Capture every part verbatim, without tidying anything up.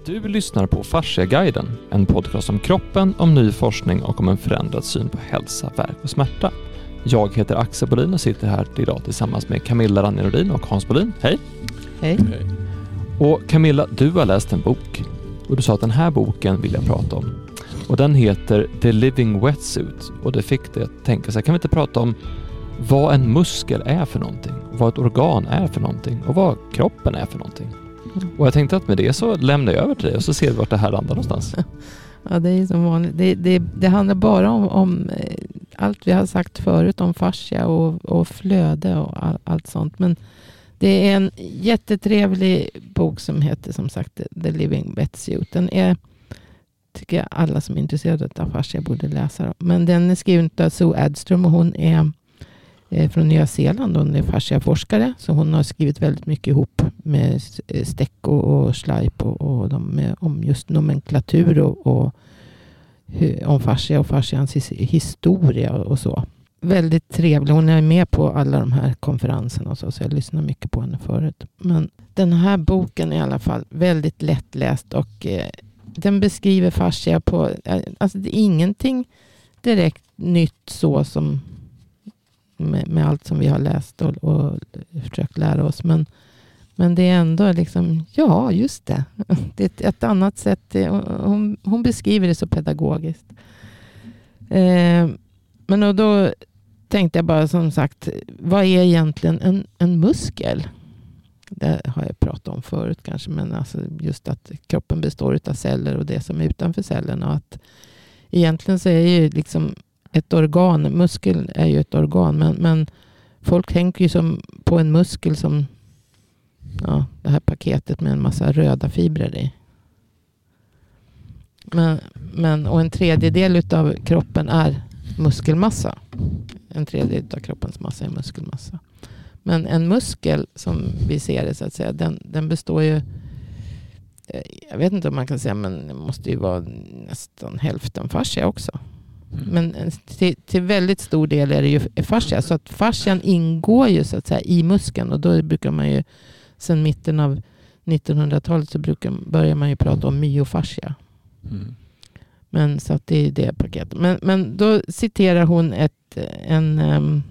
Du lyssnar på Fasciaguiden, en podcast om kroppen, om ny forskning och om en förändrad syn på hälsa, värk och smärta. Jag heter Axel Bolin och sitter här idag tillsammans med Camilla Ranjerodin och Hans Bolin. Hej! Hej! Hej. Och Camilla, du har läst en bok och du sa att den här boken vill jag prata om. Och den heter The Living Wetsuit och det fick det att tänka sig, kan vi inte prata om vad en muskel är för någonting, vad ett organ är för någonting och vad kroppen är för någonting. Och jag tänkte att med det så lämnar jag över till dig och så ser vi vart det här landar någonstans. Ja, det är som vanligt. Det, det, det handlar bara om, om allt vi har sagt förut om fascia och, och flöde och all, allt sånt. Men det är en jättetrevlig bok som heter som sagt The Living Wetsuit. Den är, tycker jag alla som är intresserade av fascia borde läsa. Men den är skriven av Sue Adström och hon är från Nya Zeeland. Hon är fasciaforskare så hon har skrivit väldigt mycket ihop med Stecco och Schleip och, och de med, om just nomenklatur och, och om fascia och fascians historia och så. Väldigt trevlig. Hon är med på alla de här konferenserna och så, så jag lyssnar mycket på henne förut. Men den här boken är i alla fall väldigt lättläst och eh, den beskriver fascia på, alltså det är ingenting direkt nytt så som Med, med allt som vi har läst och, och försökt lära oss. Men, men det är ändå liksom, ja just det. Det är ett, ett annat sätt. Hon, hon beskriver det så pedagogiskt. Eh, men och då tänkte jag bara som sagt, vad är egentligen en, en muskel? Det har jag pratat om förut kanske. Men alltså just att kroppen består av celler och det som är utanför cellerna. Och att egentligen så är ju liksom ett organ, muskel är ju ett organ, men, men folk tänker ju som på en muskel som ja, det här paketet med en massa röda fibrer i. Men, men, och en tredjedel utav kroppen är muskelmassa. En tredjedel av kroppens massa är muskelmassa. Men en muskel som vi ser det så att säga, den, den består ju, jag vet inte om man kan säga, men det måste ju vara nästan hälften fascia också. Men till, till väldigt stor del är det ju fascia. Så att fascian ingår ju så att säga i muskeln. Och då brukar man ju, sedan mitten av nittonhundratalet så brukar, börjar man ju prata om myofascia. Mm. Men så att det är det paketet. Men, men då citerar hon ett, en, um,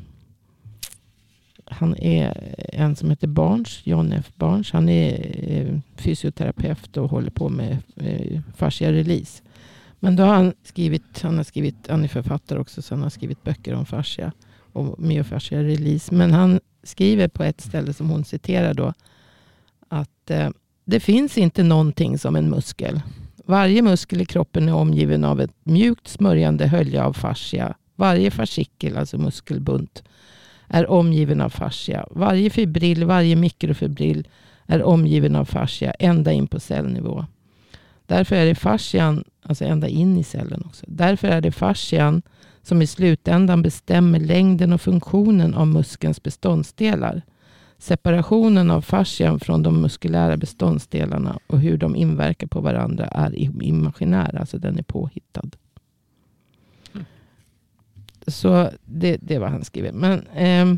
han är en som heter Barnes, John F. Barnes. Han är uh, fysioterapeut och håller på med uh, fascia release. Men då har han skrivit, han har skrivit, han är författare också så han har skrivit böcker om fascia och myofascia release. Men han skriver på ett ställe som hon citerar då att eh, det finns inte någonting som en muskel. Varje muskel i kroppen är omgiven av ett mjukt smörjande hölje av fascia. Varje fascikel, alltså muskelbunt, är omgiven av fascia. Varje fibrill, varje mikrofibrill är omgiven av fascia ända in på cellnivå. Därför är det fascian, alltså ända in i cellen också. Därför är det fascian som i slutändan bestämmer längden och funktionen av muskelns beståndsdelar. Separationen av fascian från de muskulära beståndsdelarna och hur de inverkar på varandra är imaginär, alltså den är påhittad. Mm. Så det, det var han skriver. Men eh,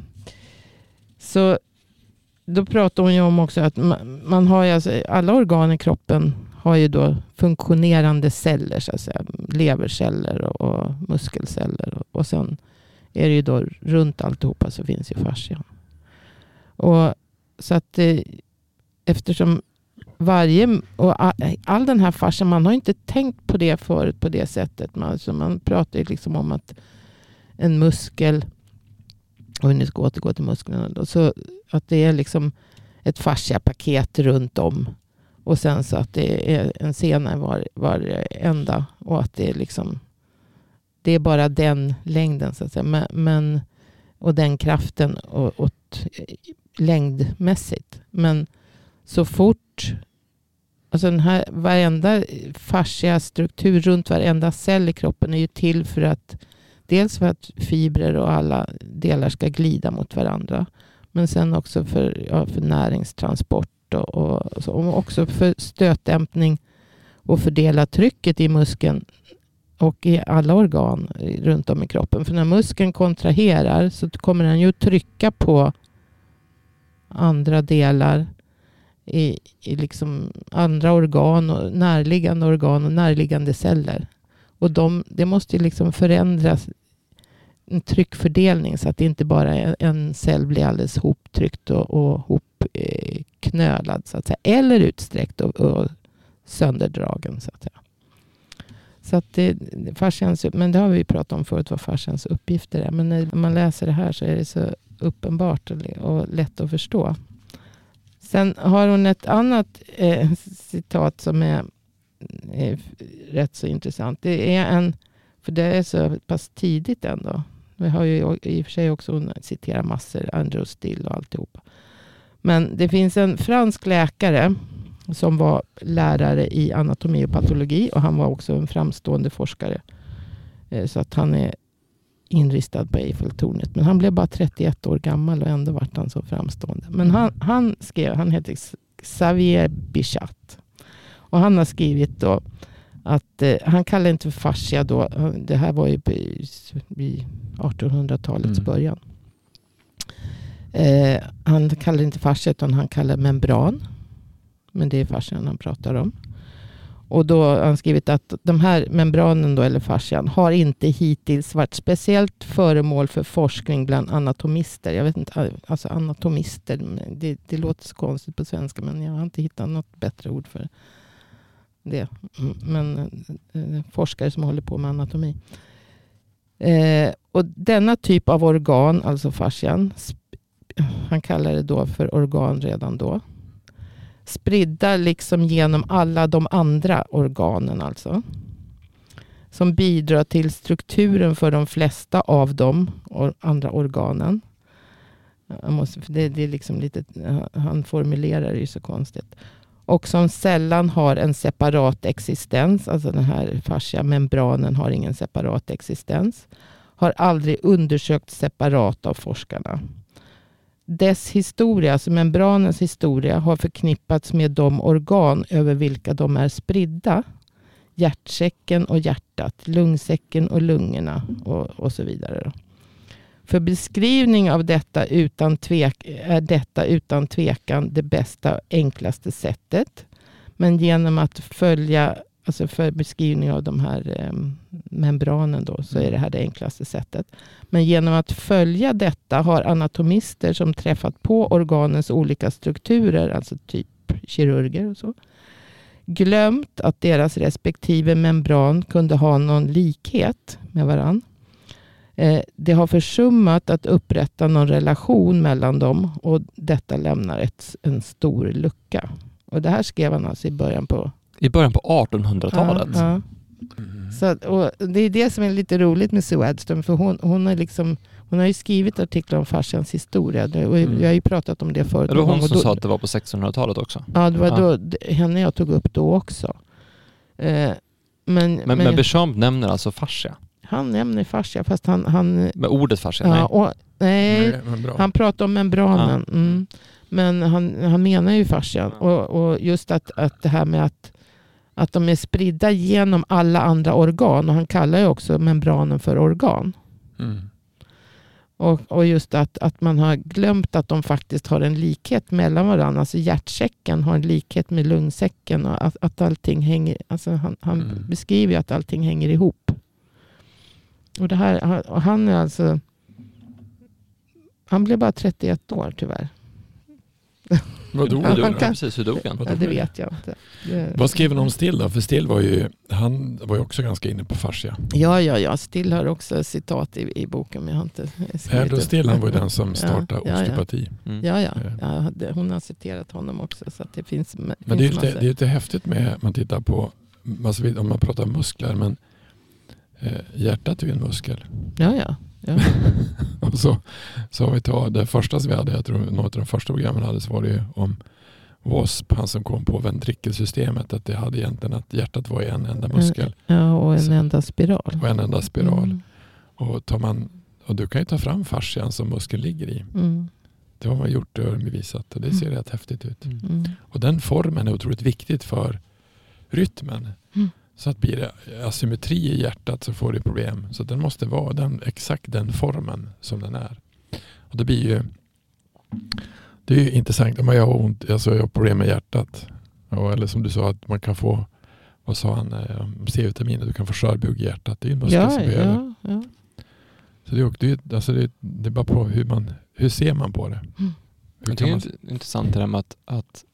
så då pratar hon ju om också att man, man har ju alltså, alla organ i kroppen har ju då funktionerande celler, så att säga, leverceller och, och muskelceller och, och sen är det ju då runt alltihopa så finns ju fascian. Och så att eh, eftersom varje och all, all den här fascian, man har inte tänkt på det förut på det sättet. Man, alltså man pratar ju liksom om att en muskel, och nu ska återgå till musklerna då, så att det är liksom ett fasciapaket runt om. Och sen så att det är en sena var, var ända. Och att det är liksom, det är bara den längden så att säga. Men, men, och den kraften och, och längdmässigt. Men så fort, alltså den här varenda fascia struktur runt varenda cell i kroppen är ju till för att, dels för att fibrer och alla delar ska glida mot varandra. Men sen också för, ja, för näringstransport. Och, och, och också för stötdämpning och fördela trycket i muskeln och i alla organ runt om i kroppen. För när muskeln kontraherar så kommer den ju trycka på andra delar i, i liksom andra organ och närliggande organ och närliggande celler. Och de, det måste ju liksom förändras en tryckfördelning så att det inte bara är en cell blir alldeles hoptryckt och, och hopknölad så att säga. Eller utsträckt och, och sönderdragen så att säga. Så att det, fascians, men det har vi pratat om förut vad fascians uppgifter är. Men när man läser det här så är det så uppenbart och, och lätt att förstå. Sen har hon ett annat eh, citat som är, är rätt så intressant. Det är en, för det är så pass tidigt ändå. Vi har ju i och för sig också, hon citerar massor, Andrew Still och alltihopa. Men det finns en fransk läkare som var lärare i anatomi och patologi. Och han var också en framstående forskare. Eh, så att han är inristad på Eiffeltornet. Men han blev bara trettioett år gammal och ändå var han så framstående. Men han, han skrev, han heter Xavier Bichat. Och han har skrivit då att eh, han kallar inte för fascia då. Det här var ju i artonhundratalets mm. början. Eh, han kallar inte fascia utan han kallar membran. Men det är fascian han pratar om. Och då har han skrivit att de här membranen då, eller fascian, har inte hittills varit speciellt föremål för forskning bland anatomister. Jag vet inte, alltså anatomister, det, det låter så konstigt på svenska men jag har inte hittat något bättre ord för det. Men eh, forskare som håller på med anatomi. Eh, och denna typ av organ, alltså fascian, han kallar det då för organ redan då. Spridda liksom genom alla de andra organen alltså. Som bidrar till strukturen för de flesta av de or- andra organen. Jag måste, för det, det är liksom lite, han formulerar det ju så konstigt. Och som sällan har en separat existens. Alltså den här fascia membranen har ingen separat existens. Har aldrig undersökt separat av forskarna. Dess historia, alltså membranens historia, har förknippats med de organ över vilka de är spridda. Hjärtsäcken och hjärtat, lungsäcken och lungorna och, och så vidare. Då. För beskrivning av detta utan tvek, är detta utan tvekan det bästa, enklaste sättet. Men genom att följa, alltså för beskrivning av de här eh, membranen då, så är det här det enklaste sättet. Men genom att följa detta har anatomister som träffat på organens olika strukturer, alltså typ kirurger och så, glömt att deras respektive membran kunde ha någon likhet med varann. Eh, det har försummat att upprätta någon relation mellan dem och detta lämnar ett, en stor lucka. Och det här skrev han alltså i början på I början på artonhundratalet. Ja, ja. Mm. Så, och det är det som är lite roligt med Sue Edström. För hon, hon, är liksom, hon har ju skrivit artiklar om fascians historia. Och mm. Jag har ju pratat om det förut. Det var hon som då, sa att det var på sextonhundratalet också. Ja, det var ja. då henne jag tog upp då också. Eh, men, men, men Béchamp nämner alltså fascia? Han nämner fascia fast han... han med ordet fascia? Ja, nej. Och, nej, nej han pratar om membranen. Ja. Mm. Men han, han menar ju fascian. Och, och just att, att det här med att Att de är spridda genom alla andra organ. Och han kallar ju också membranen för organ. Mm. Och, och just att, att man har glömt att de faktiskt har en likhet mellan varandra. Alltså hjärtsäcken har en likhet med lungsäcken. Och att, att allting hänger... Alltså han han mm. beskriver ju att allting hänger ihop. Och det här... Och han är alltså... Han blev bara trettioett år tyvärr. Vad dog ja, du han kan... Precis, hur dog han? Ja, det vet jag inte. Det... Vad skrev han om Still då? För Still var ju, han var ju också ganska inne på fascia. Ja, ja, ja. Still har också citat i, i boken, men jag har inte skrivit det. Still, han var ju den som startade ja, osteopati. Ja, mm. ja. ja. ja det, hon har citerat honom också, så att det finns. Men finns det är ju lite, det är lite häftigt med, man tittar på, om man pratar muskler, men eh, hjärtat är ju en muskel. Ja, ja. Ja. Och så, så har vi tagit det första som vi hade, jag tror något av de första programmen hade, så var det ju om W A S P, han som kom på ventrikelsystemet, att det hade egentligen att hjärtat var en enda muskel. Ja, och en så, enda spiral. Och en enda spiral. Mm. Och, tar man, och du kan ju ta fram fascian som muskeln ligger i. Mm. Det har man gjort och bevisat och det ser mm. rätt häftigt ut. Mm. Och den formen är otroligt viktigt för rytmen. Mm. Så att blir det asymmetri i hjärtat så får du problem. Så den måste vara den, exakt den formen som den är. Och det blir ju Det är ju intressant om man har ont, alltså jag har problem med hjärtat. Ja, eller som du sa att man kan få, vad sa han, C-vitamin, du kan få skörbjugg i hjärtat. Det är ju en muskel ja, som behöver. Ja, ja. Så det är, det, alltså det, det är bara på hur man, hur ser man på det. Mm. Hur det är man... intressant det där med att, att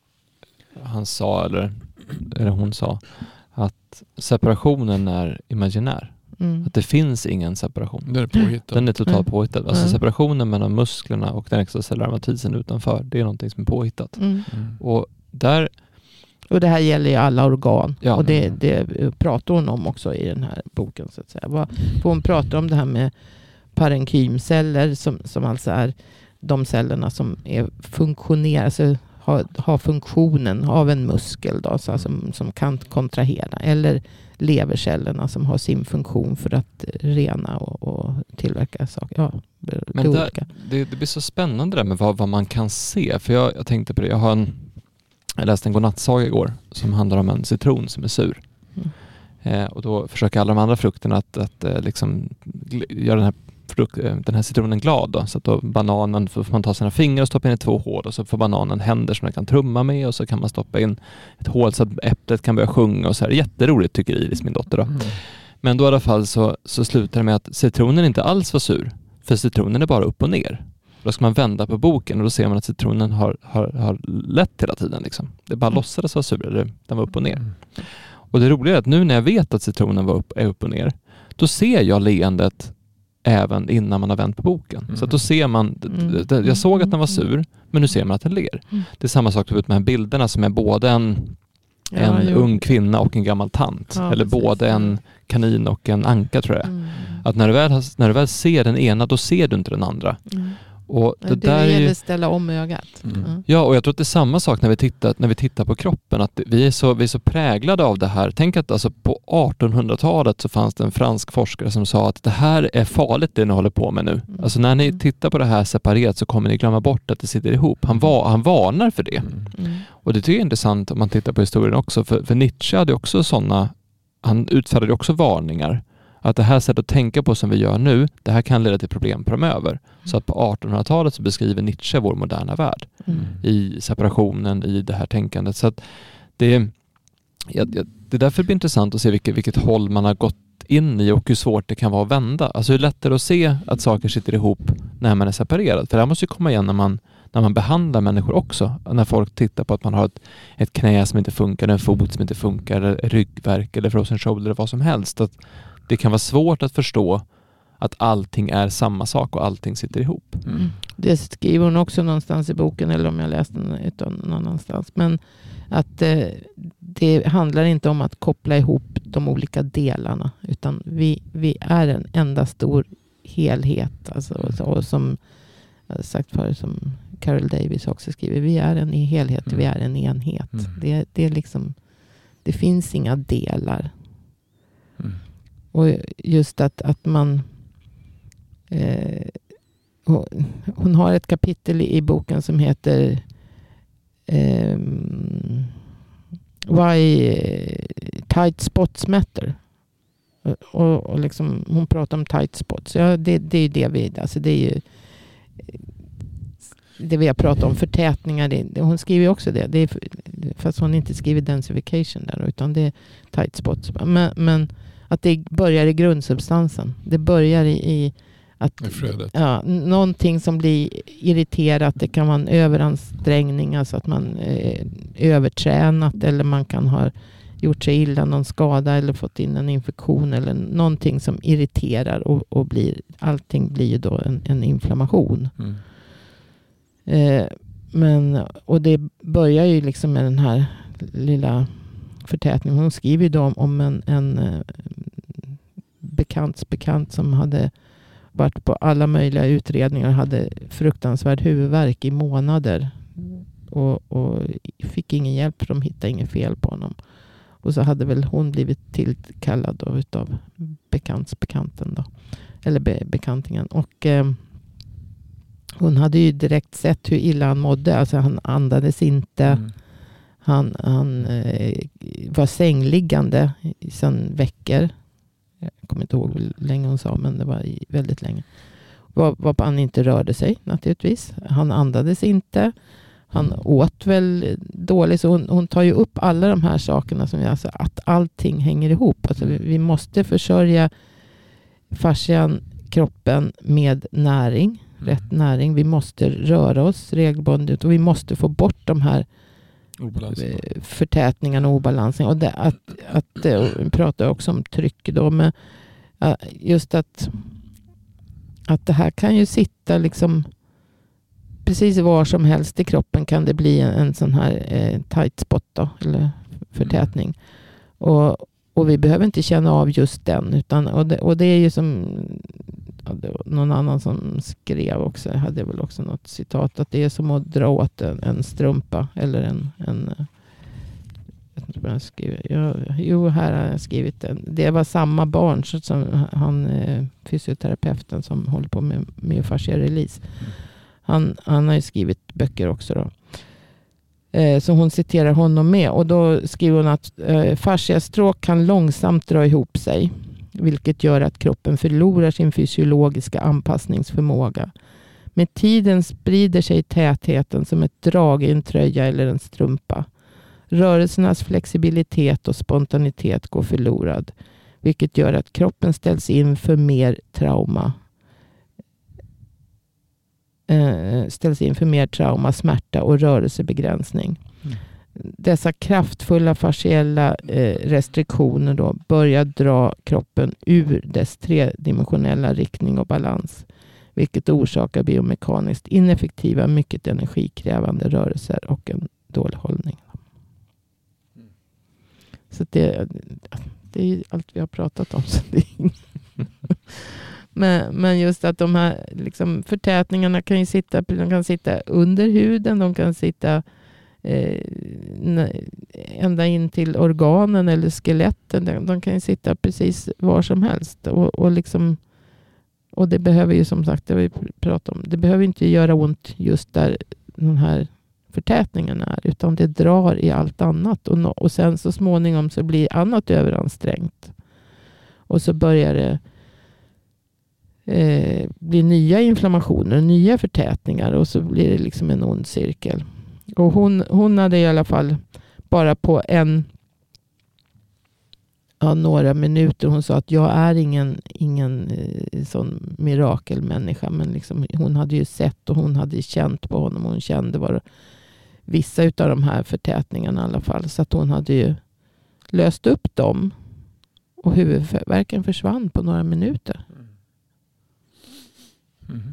han sa, eller, eller hon sa, att separationen är imaginär. Mm. Att det finns ingen separation. Den är påhittad. Den är totalt mm. påhittad. Alltså mm. separationen mellan musklerna och den extracellulära matrisen utanför, det är någonting som är påhittat. Mm. Mm. Och där... Och det här gäller ju alla organ. Ja. Och det, det pratar hon om också i den här boken, så att säga. För hon pratar om det här med parenkymceller som, som alltså är de cellerna som är funktionerar, alltså har, har funktionen av en muskel då, så alltså, som kan kontrahera. Eller levercellerna som har sin funktion för att rena och, och tillverka saker. Ja, det, Men det, det, det blir så spännande där med vad, vad man kan se. För jag, jag tänkte på det, jag har en Jag läste en godnattsaga igår som handlar om en citron som är sur. Mm. Eh, och då försöker alla de andra frukterna att, att eh, liksom göra den här, frukt, den här citronen glad. Då. Så att då bananen får man ta sina fingrar och stoppa in i två hål och så får bananen händer som man kan trumma med och så kan man stoppa in ett hål så att äpplet kan börja sjunga och så här. Jätteroligt tycker Iris, min dotter. Då. Mm. Men då i alla fall så, så slutar det med att citronen inte alls var sur. För citronen är bara upp och ner. Då ska man vända på boken och då ser man att citronen har, har, har lätt hela tiden. Liksom. Det bara mm. låtsades vara sur, eller den var upp och ner. Mm. Och det roliga är att nu när jag vet att citronen var upp, är upp och ner, då ser jag leendet även innan man har vänt på boken. Mm. Så att då ser man, mm. d- jag såg att den var sur, men nu ser man att den ler. Mm. Det är samma sak med de här bilderna som är både en, ja, en ung kvinna och en gammal tant. Ja, eller precis. Både en kanin och en anka, tror jag. Mm. Att när du, väl, när du väl ser den ena, då ser du inte den andra. Mm. Och det, det där gäller ju... att ställa om ögat. Mm. Mm. Ja, och jag tror att det är samma sak när vi tittar, när vi tittar på kroppen. Att vi är, så, vi är så präglade av det här. Tänk att alltså på artonhundratalet så fanns det en fransk forskare som sa att det här är farligt det ni håller på med nu. Mm. Alltså när ni tittar på det här separerat så kommer ni glömma bort att det sitter ihop. Han, var, han varnar för det. Mm. Och det tycker jag är intressant om man tittar på historien också. För, för Nietzsche hade också sådana, han utfärdade också varningar. Att det här sättet att tänka på som vi gör nu, det här kan leda till problem framöver. Mm. Så att på artonhundratalet så beskriver Nietzsche vår moderna värld. Mm. I separationen, i det här tänkandet. Så att det, ja, det är därför det blir intressant att se vilket, vilket håll man har gått in i och hur svårt det kan vara att vända. Alltså hur lätt är det att se att saker sitter ihop när man är separerad. För det här måste ju komma igen när man, när man behandlar människor också. När folk tittar på att man har ett, ett knä som inte funkar, en fot som inte funkar, eller ryggvärk eller frozen shoulder eller vad som helst. Att det kan vara svårt att förstå att allting är samma sak och allting sitter ihop. Mm. Det skriver hon också någonstans i boken, eller om jag läste den någon annanstans. Men att eh, det handlar inte om att koppla ihop de olika delarna, utan vi, vi är en enda stor helhet. Alltså, och som jag sagt förut, som Carol Davis också skriver, vi är en helhet, mm. vi är en enhet. Mm. Det, det, är liksom, det finns inga delar. Mm. Och just att, att man eh, hon har ett kapitel i boken som heter eh, Why tight spots matter. Och, och liksom, hon pratar om tight spots. Ja, det, det är ju det vi, alltså det är ju det vi har pratat om, förtätningar. Det, hon skriver också det. det är, fast hon inte skriver densification där, utan det är tight spots. Men, men att det börjar i grundsubstansen. Det börjar i, i att ja, någonting som blir irriterat. Det kan vara en överansträngning, alltså att man är övertränat, eller man kan ha gjort sig illa, någon skada eller fått in en infektion eller någonting som irriterar, och, och blir, allting blir ju då en, en inflammation. Mm. Eh, men, och det börjar ju liksom med den här lilla förtätningen. Hon skriver ju då om, om en, en eh, bekants bekant som hade varit på alla möjliga utredningar och hade fruktansvärd huvudvärk i månader. Och, och fick ingen hjälp, för de hittade inget fel på honom. Och så hade väl hon blivit tillkallad då utav bekantsbekanten då. Eller be, bekantingen. Och eh, hon hade ju direkt sett hur illa han mådde. Alltså han andades inte. Mm. Han, han eh, var sängliggande i sedan veckor. Jag kommer inte ihåg hur länge hon sa, men det var väldigt länge. var, var han inte rörde sig naturligtvis. Han andades inte. Han åt väl dåligt. Så hon, hon tar ju upp alla de här sakerna. Som jag, alltså, att allting hänger ihop. Alltså, vi, vi måste försörja fascian, kroppen med näring. Mm. Rätt näring. Vi måste röra oss regelbundet. Och vi måste få bort de här obalansen. Förtätningarna och obalansen. Och det, att, att, vi pratar också om tryck då. Men just att, att det här kan ju sitta liksom precis var som helst i kroppen kan det bli en, en sån här eh, tight spot då, eller förtätning. Mm. Och, och vi behöver inte känna av just den. Utan, och, det, och det är ju som ja, det var någon annan som skrev också, jag hade väl också något citat, att det är som att dra åt en, en strumpa eller en, en jag vet inte vad jag skriver. Jag, jo, här har jag skrivit det. Det var samma barn som han, eh, fysioterapeuten som håller på med myofascial release. Mm. Han, han har ju skrivit böcker också då. Eh, så hon citerar honom med. Och då skriver hon att eh, fasciastråk kan långsamt dra ihop sig. Vilket gör att kroppen förlorar sin fysiologiska anpassningsförmåga. Med tiden sprider sig tätheten som ett drag i en tröja eller en strumpa. Rörelsernas flexibilitet och spontanitet går förlorad. Vilket gör att kroppen ställs in för mer trauma. ställs in för mer trauma, smärta och rörelsebegränsning. Mm. Dessa kraftfulla fasciella eh, restriktioner då börjar dra kroppen ur dess tredimensionella riktning och balans, vilket orsakar biomekaniskt ineffektiva, mycket energikrävande rörelser och en dålig hållning. Mm. Så det, det är allt vi har pratat om. Så det är Men, men just att de här liksom, förtätningarna kan ju sitta, de kan sitta under huden, de kan sitta eh, ända in till organen eller skeletten. De, de kan ju sitta precis var som helst. Och, och, liksom, och det behöver ju som sagt, det vi pratat om, det behöver inte göra ont just där den här förtätningen är, utan det drar i allt annat. Och, no, och sen så småningom så blir annat överansträngt. Och så börjar det Eh, blir nya inflammationer, nya förtätningar och så blir det liksom en ond cirkel. Och hon, hon hade i alla fall bara på en ja, några minuter, hon sa att jag är ingen, ingen eh, sån mirakelmänniska, men liksom, hon hade ju sett och hon hade känt på honom och hon kände var vissa utav de här förtätningarna i alla fall, så att hon hade ju löst upp dem och huvudvärken försvann på några minuter. Mm.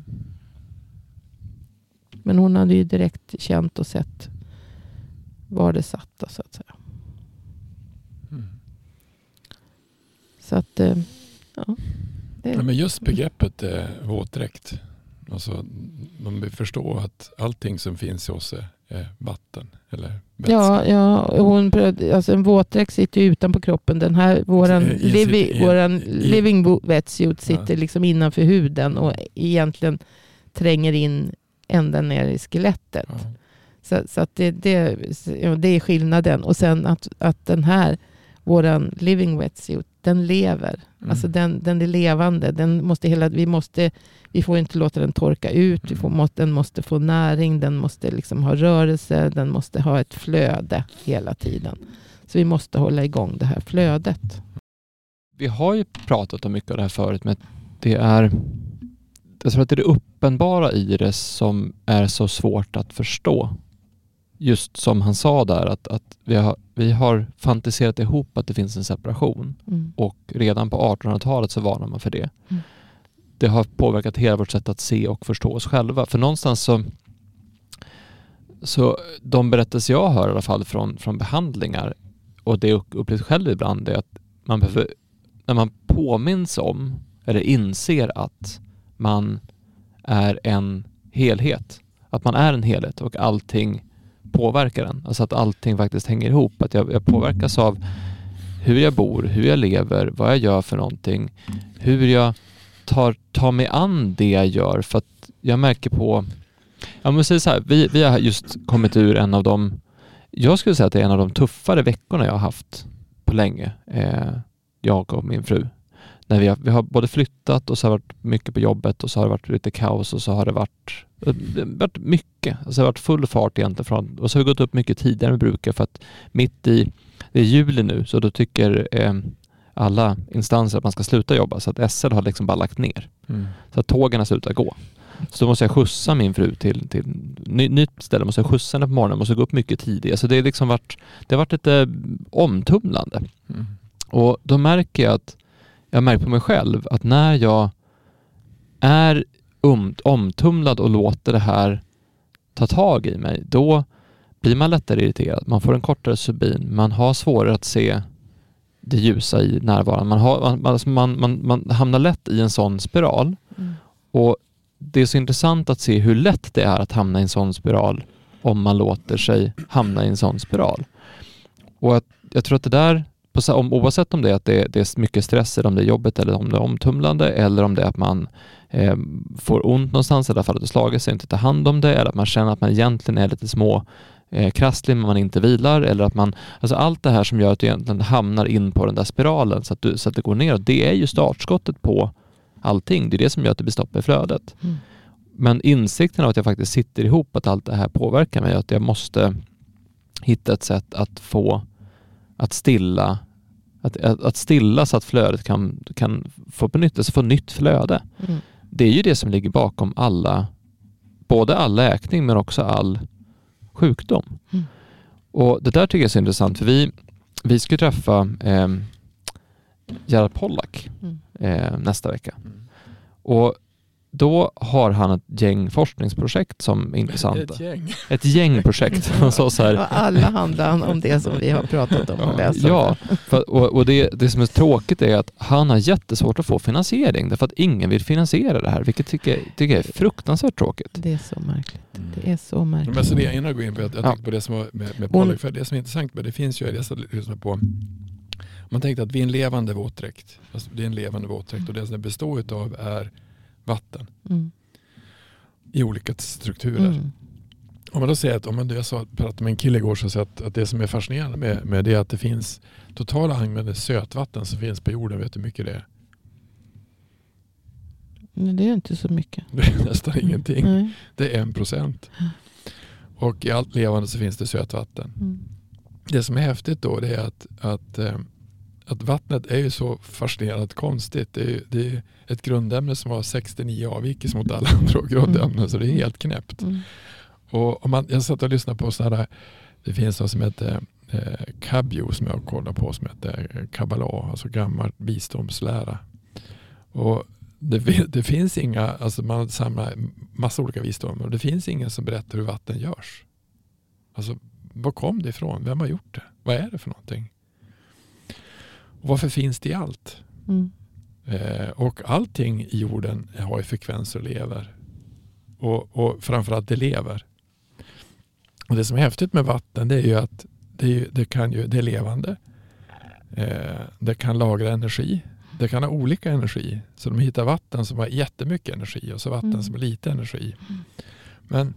Men hon hade ju direkt känt och sett var det satt då, så att säga. Mm. Så att ja, det... ja, men just begreppet eh, våtdräkt, alltså man vill förstå att allting som finns i oss är, är vatten eller vätska. Ja, ja, hon alltså en våtdräkt sitter ju utanpå kroppen. Den här våran, I, livi, i, våran i, living wetsuit sitter ja. liksom innanför huden och egentligen tränger in ända ner i skelettet. Ja. Så, så att det, det, det är skillnaden. Och sen att, att den här våran living wetsuit, den lever. Mm. Alltså den, den är levande. Den måste hela, vi, måste, vi får inte låta den torka ut. Mm. Vi får, den måste få näring. Den måste liksom ha rörelse. Den måste ha ett flöde hela tiden. Så vi måste hålla igång det här flödet. Vi har ju pratat om mycket av det här förut. Men det är, jag tror att det är det uppenbara i det som är så svårt att förstå. Just som han sa där, att, att vi, har, vi har fantiserat ihop att det finns en separation. Mm. Och redan på artonhundratalet så varnar man för det. Mm. Det har påverkat hela vårt sätt att se och förstå oss själva. För någonstans så, så de berättelser jag hör i alla fall från, från behandlingar, och det upplevs själv ibland, är att man behöver, när man påminns om eller inser att man är en helhet. Att man är en helhet och allting påverkar den. Alltså att allting faktiskt hänger ihop. Att jag, jag påverkas av hur jag bor, hur jag lever, vad jag gör för någonting. Hur jag tar, tar mig an det jag gör. För att jag märker på... Jag måste säga så här, vi, vi har just kommit ur en av de... Jag skulle säga att det är en av de tuffare veckorna jag har haft på länge. Eh, jag och min fru. när vi har, vi har både flyttat och så har det varit mycket på jobbet och så har det varit lite kaos och så har det varit, det har varit mycket. Alltså det har varit full fart egentligen från, och så har vi gått upp mycket tidigare än vi brukar för att mitt i, det är juli nu så då tycker eh, alla instanser att man ska sluta jobba så att S L har liksom bara lagt ner. Mm. Så att tågen har slutat gå. Så då måste jag skjutsa min fru till, till ny, nytt ställe. Måste jag skjutsa henne på morgonen. Måste gå upp mycket tidigare. Så det, är liksom varit, det har varit lite omtumlande. Mm. Och då märker jag att jag märker på mig själv att när jag är um, omtumlad och låter det här ta tag i mig, då blir man lättare irriterad. Man får en kortare subin. Man har svårare att se det ljusa i närvaron. Man, har, man, alltså man, man, man hamnar lätt i en sån spiral. Mm. Och det är så intressant att se hur lätt det är att hamna i en sån spiral om man låter sig hamna i en sån spiral. Och att, jag tror att det där, på, om, oavsett om det är att det, det är mycket stress eller om det är jobbet eller om det är omtumlande eller om det är att man eh, får ont någonstans eller för att det slagit sig inte ta hand om det eller att man känner att man egentligen är lite små eh, krasslig men man inte vilar eller att man, alltså allt det här som gör att du egentligen hamnar in på den där spiralen så att, du, så att det går ner. Det är ju startskottet på allting. Det är det som gör att det blir stopp i flödet. Mm. Men insikten av att jag faktiskt sitter ihop, att allt det här påverkar mig, att jag måste hitta ett sätt att få att stilla att, att, att stilla så att flödet kan, kan få benyttelse, få nytt flöde. Mm. Det är ju det som ligger bakom alla, både all läkning men också all sjukdom. Mm. Och det där tycker jag är så intressant för vi, vi ska träffa eh, Gerald Pollack mm. eh, nästa vecka. Mm. Och då har han ett gäng forskningsprojekt som är intressanta. Ett gäng. Ett gäng projekt. så så här. Alla handlar om det som vi har pratat om och läst. Ja, för, och, och det, det som är tråkigt är att han har jättesvårt att få finansiering därför att ingen vill finansiera det här, vilket tycker, tycker jag är fruktansvärt tråkigt. Det är så märkligt. Det är så märkligt. Men så det jag innan går in på, jag, jag ja. tänkte på det som var med, med Pollack, för det som är intressant med det finns ju, jag lyssnar på, man tänkte att vi är en levande våtdräkt. Alltså det är en levande våtdräkt och det som det består av är vatten mm. i olika strukturer. Mm. Om man då säger att, om man, jag sa, pratade med en kille igår som sa att, att det som är fascinerande med, med det är att det finns totala mängder sötvatten som finns på jorden, vet du hur mycket det är? Nej, det är inte så mycket. Det är nästan ingenting. Nej. Det är en procent. Och i allt levande så finns det sötvatten. Mm. Det som är häftigt då det är att, att att vattnet är ju så fascinerande konstigt. Det är, ju, det är ett grundämne som har sextionio avvikelser mot alla andra grundämnen mm. så det är helt knäppt. Mm. Och om man, jag satt och lyssnade på sådana där, det finns något som heter eh, Kabio som jag kollar på som heter Kabbalah, alltså gammal visdomslära. Och det, det finns inga, alltså man samlar massa olika visdomar och det finns ingen som berättar hur vatten görs. Alltså var kom det ifrån? Vem har gjort det? Vad är det för någonting? Och varför finns det i allt? Mm. Eh, och allting i jorden har ju frekvenser och lever. Och, och framförallt det lever. Och det som är häftigt med vatten det är ju att det, är ju, det, kan ju, det är levande. Eh, det kan lagra energi. Det kan ha olika energi. Så de hittar vatten som har jättemycket energi och så vatten mm. som har lite energi. Mm. Men,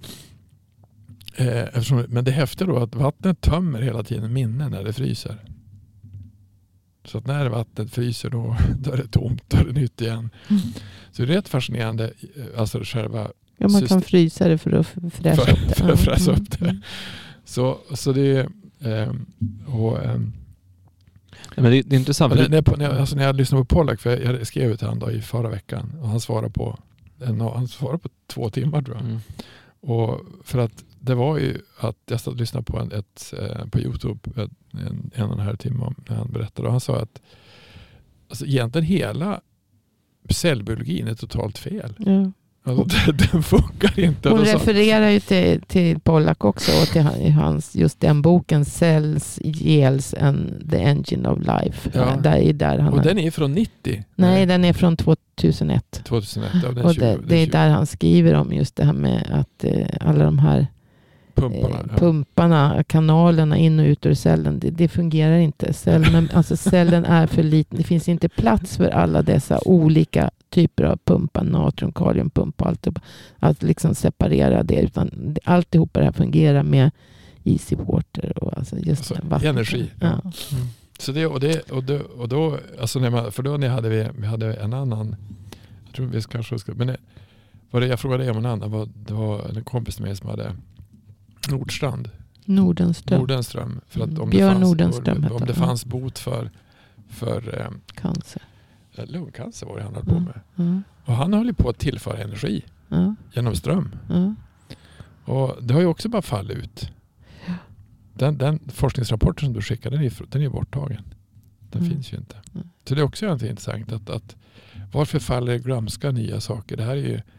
eh, eftersom, men det är häftigt då att vattnet tömmer hela tiden minnen när det fryser. Så att när vattnet fryser då, då är det tomt, då är det nytt igen. Mm. Så det är rätt fascinerande. Alltså själva ja, man kan frysa det för att fräscha för, upp det. För att fräscha upp det. Mm. Så, så det är... Ähm, och, ähm, ja, men det, det är intressant. När, när, när, jag, alltså när jag lyssnade på Pollack, för jag skrev till honom i förra veckan och han svarade på, en, han svarade på två timmar tror jag. Mm. Och för att det var ju att jag stod och lyssnade på, en, ett, på YouTube ett, en, en och en halv timme när han berättade och han sa att alltså, egentligen hela cellbiologin är totalt fel. Ja. Alltså, den funkar inte. Hon refererar ju till, till Pollack också och till hans, just den boken Cells, Yields and the Engine of Life. Ja. Där är där han och den är från nittio? Nej, Nej. den är från tvåtusenett. tvåtusenett ja, den och tjugo, det, den det är där han skriver om just det här med att eh, alla de här pumparna, eh, pumparna ja. kanalerna in och ut ur cellen, det, det fungerar inte. Cellen, alltså cellen är för liten. Det finns inte plats för alla dessa olika typer av pumpar, natrium, kaliumpump och allt. Att liksom separera det, utan alltihopa det här fungerar med easy water och alltså just alltså, vatten. Energi. Ja. Mm. Så det, och, det, och, då, och då, alltså när man, för då när hade vi, vi hade en annan, jag tror vi kanske ska, men det, var det, jag frågade dig om en annan, var, det var en kompis till mig som hade Nordstrand. Nordenström. Nordenström. För att om Björn det fanns, Nordenström om, om det fanns bot för, för eh, cancer. Lungcancer var det han höll på med. Mm. Och han höll på att tillföra energi mm. genom ström. Mm. Och det har ju också bara fallit ut. Den, den forskningsrapporten som du skickade, den är, den är borttagen. Den mm. finns ju inte. Mm. Så det är också intressant att, att varför faller glömska nya saker? Det här är ju,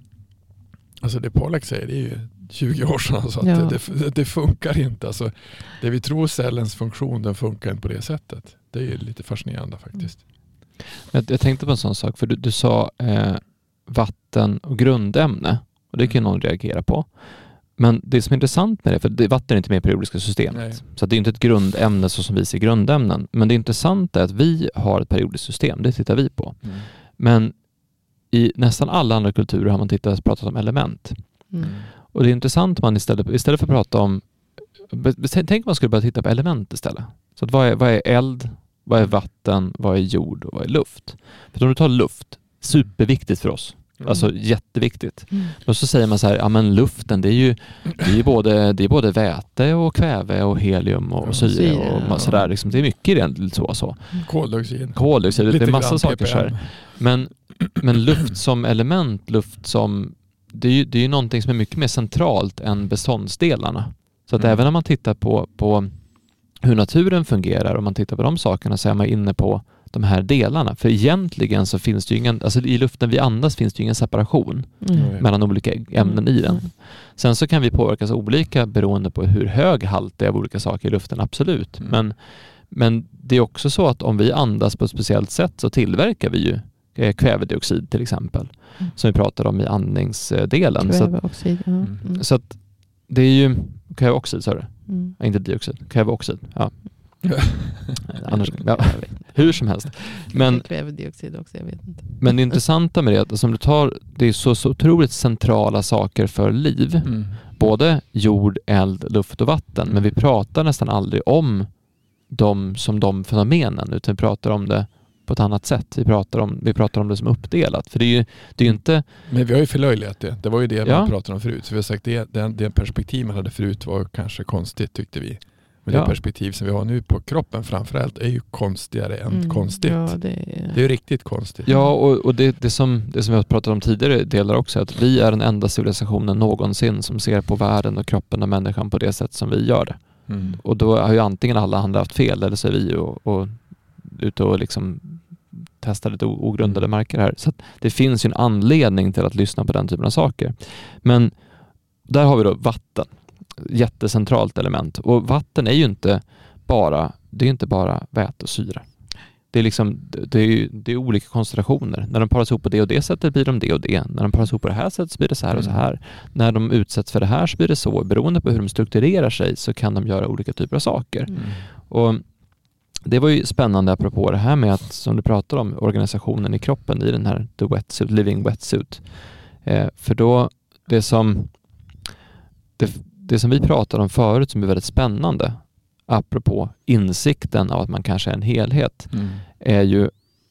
alltså det Pollack säger, det är ju tjugo år sedan. Alltså ja. det, det, det funkar inte. Alltså det vi tror cellens funktion, den funkar inte på det sättet. Det är ju lite fascinerande faktiskt. Jag, jag tänkte på en sån sak, för du, du sa eh, vatten och grundämne. Och det kan ju någon reagera på. Men det som är intressant med det, för det, vatten är inte med i periodiska systemet. Nej. Så det är inte ett grundämne så som vi ser grundämnen. Men det intressanta är att vi har ett periodiskt system. Det tittar vi på. Mm. Men i nästan alla andra kulturer har man tittat och pratat om element. Mm. Och det är intressant om man istället, istället för att prata om... Tänk om man skulle börja titta på element istället. Så att vad, är, vad är eld? Vad är vatten? Vad är jord? Och vad är luft? För om du tar luft, superviktigt för oss. Mm. Alltså jätteviktigt. Mm. Och så säger man så här, ja men luften det är ju det är både, det är både väte och kväve och helium och, och syre, syre och, och sådär. Liksom, det är mycket rent så. så. Koldioxid. Koldioxid, det är massa saker så här. Men, men luft som element, luft som, det är ju det är ju någonting som är mycket mer centralt än beståndsdelarna. Så att mm. även när man tittar på, på hur naturen fungerar och man tittar på de sakerna så är man inne på de här delarna. För egentligen så finns det ju ingen, alltså i luften vi andas finns det ju ingen separation mm. mellan olika ämnen i den. Sen så kan vi påverkas olika beroende på hur hög halt det är av olika saker i luften, absolut. Mm. Men, men det är också så att om vi andas på ett speciellt sätt så tillverkar vi ju kvävedioxid till exempel. Mm. Som vi pratade om i andningsdelen. Kväveoxid, ja. Mm. Så att det är ju kväveoxid, sa du? Mm. Ja, inte dioxid, kväveoxid, ja. Annars, ja, hur som helst. Men, kvävedioxid också, jag vet inte. Men det intressanta med det är att som du tar, det är så, så otroligt centrala saker för liv. Mm. Både jord, eld, luft och vatten. Men vi pratar nästan aldrig om dem som de fenomenen, utan vi pratar om det på ett annat sätt. Vi pratar om, vi pratar om det som uppdelat. För det är ju, det är ju inte... Men vi har ju förlöjligat det. Det var ju det ja. man pratade om förut. Så vi har sagt det, det, det perspektiv man hade förut var kanske konstigt, tyckte vi. Men ja. det perspektiv som vi har nu på kroppen framförallt är ju konstigare än mm, konstigt. Ja, det, är... det är ju riktigt konstigt. Ja, och, och det, det, som, det som vi har pratat om tidigare delar också är att vi är den enda civilisationen någonsin som ser på världen och kroppen och människan på det sätt som vi gör det. Mm. Och då har ju antingen alla andra haft fel eller så är vi och, och ute och liksom testar lite ogrundade marker här. Så att det finns ju en anledning till att lyssna på den typen av saker. Men där har vi då vatten. Jättecentralt element. Och vatten är ju inte bara, det är inte bara väte och syre. Det är liksom, det är, ju, det är olika koncentrationer. När de paras ihop på det och det sättet blir de det och det. När de paras ihop på det här sättet så blir det så här och så här. Mm. När de utsätts för det här så blir det så. Beroende på hur de strukturerar sig så kan de göra olika typer av saker. Mm. Och det var ju spännande apropå det här med att, som du pratar om, organisationen i kroppen i den här the wetsuit, living wetsuit. Eh, för då, det som det, det som vi pratade om förut som är väldigt spännande, apropå insikten av att man kanske är en helhet, mm. är ju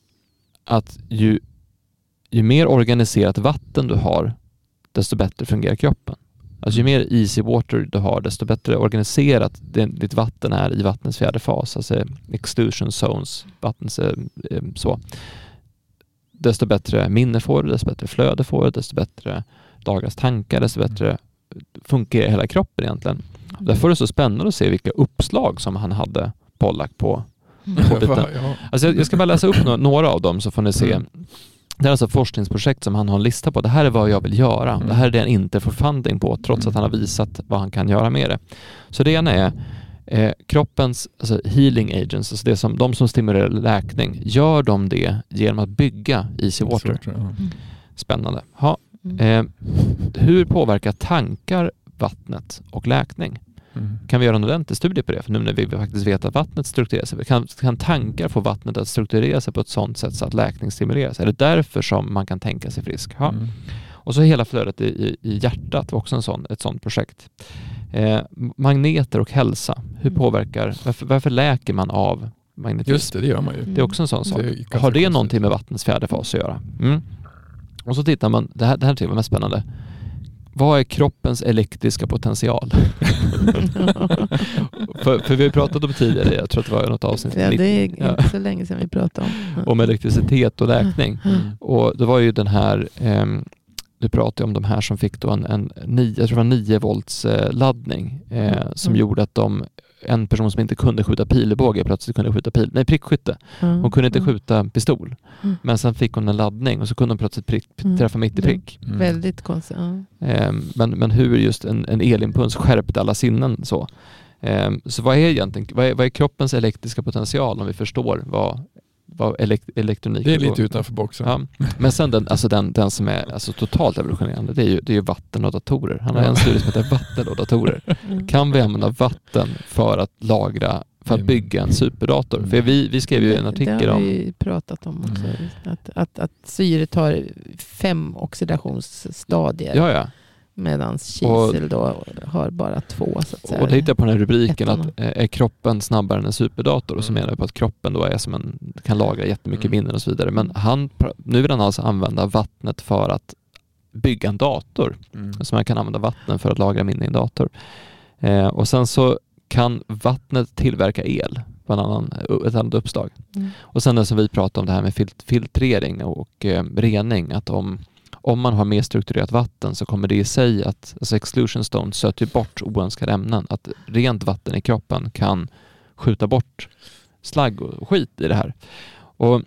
att ju, ju mer organiserat vatten du har, desto bättre fungerar kroppen. Alltså ju mer easy water du har, desto bättre organiserat ditt vatten är i vattnets fjärde fas, alltså exclusion zones, vattens så. Desto bättre minne får du, desto bättre flöde får du, desto bättre dagars tankar, desto bättre funkar hela kroppen egentligen. Mm. Därför är det så spännande att se vilka uppslag som han hade Pollack på. Mm. på biten. Alltså jag, jag ska bara läsa upp no- några av dem så får ni se. Mm. Det är alltså ett forskningsprojekt som han har en lista på. Det här är vad jag vill göra. Mm. Det här är det han inte får funding på trots att han har visat vad han kan göra med det. Så det ena är eh, kroppens alltså healing agents, alltså det som, de som stimulerar läkning. Gör de det genom att bygga easy water? Mm. Spännande. Ha. Eh, hur påverkar tankar vattnet och läkning? Mm. Kan vi göra en ordentlig studie på det? För nu när vi faktiskt vet att vattnet strukturerar sig. Kan, kan tankar få vattnet att strukturera sig på ett sådant sätt så att läkning stimuleras? Är det därför som man kan tänka sig frisk? Ja. Mm. Och så hela flödet i, i, i hjärtat var också en sån, ett sådant projekt. Eh, magneter och hälsa. Hur påverkar, varför, varför läker man av magnetism. Just det, det gör man ju. Det är också en sån sak. Det har det någonting med vattnets fjärde fas att göra? Mm. Och så tittar man, det här, det här tycker jag är mest spännande. Vad är kroppens elektriska potential? för, för vi har pratat om tidigare, jag tror att det var något avsnitt. Ja, det är inte ja. så länge sedan vi pratade om. om elektricitet och läkning. Mm. Och det var ju den här, eh, du pratade om de här som fick då en, en nio, jag tror det var nio volts eh, laddning eh, som mm. gjorde att de, en person som inte kunde skjuta pilbåge plötsligt kunde skjuta pil, nej prickskytte. Mm. Hon kunde inte skjuta pistol. Mm. Men sen fick hon en laddning och så kunde hon plötsligt prick, träffa mitt i prick. Mm. Väldigt konstigt. Ja. Eh, men, men hur just en, en elimpuls skärpte alla sinnen så. Eh, så vad är egentligen, vad är, vad är kroppens elektriska potential om vi förstår vad vad elekt- elektronik det är lite utanför boxen. Ja. Men sen den, alltså den, den som är alltså totalt evolutionerande, det är ju, det är ju vatten och datorer. Han har ja. en studie som heter vatten och datorer. Mm. Kan vi använda vatten för att lagra, för att bygga en superdator? Mm. För vi, vi skrev ju en artikel om... Det har vi pratat om också. Mm. Att, att, att syret har fem oxidationsstadier. Ja, ja. Medan kisel då har bara två så att säga. Och det hittar på den här rubriken att är kroppen snabbare än en superdator och så menar jag på att kroppen då är som en, kan lagra jättemycket mm. minnen och så vidare. Men han, nu vill han alltså använda vattnet för att bygga en dator. Mm. Så man kan använda vatten för att lagra minnen i en dator. Eh, och sen så kan vattnet tillverka el på en annan, ett annat uppslag. Mm. Och sen det som vi pratar om det här med fil- filtrering och eh, rening, att om Om man har mer strukturerat vatten så kommer det i sig att, alltså exclusion stone söter bort oönskade ämnen. Att rent vatten i kroppen kan skjuta bort slagg och skit i det här. Och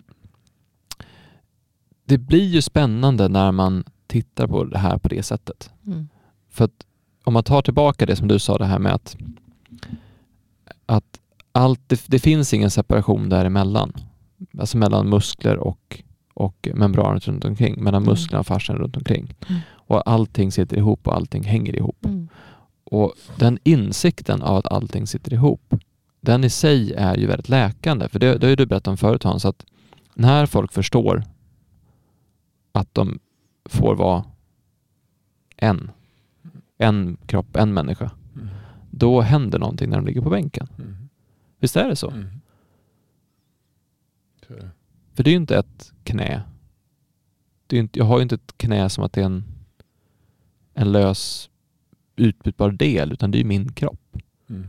det blir ju spännande när man tittar på det här på det sättet. Mm. För att om man tar tillbaka det som du sa, det här med att, att allt, det, det finns ingen separation däremellan. Alltså mellan muskler och och membranet runt omkring, mellan mm. musklerna och fascian runt omkring. Mm. Och allting sitter ihop och allting hänger ihop. Mm. Och den insikten av att allting sitter ihop, den i sig är ju väldigt läkande. För det, det har ju du berättat om förut, Hans, att när folk förstår att de får vara en, en kropp, en människa, mm. då händer någonting när de ligger på bänken. Mm. Visst är det så? Mm. Så är det. För det är ju inte ett knä. Det är inte, jag har ju inte ett knä som att det är en, en lös utbytbar del, utan det är ju min kropp. Mm.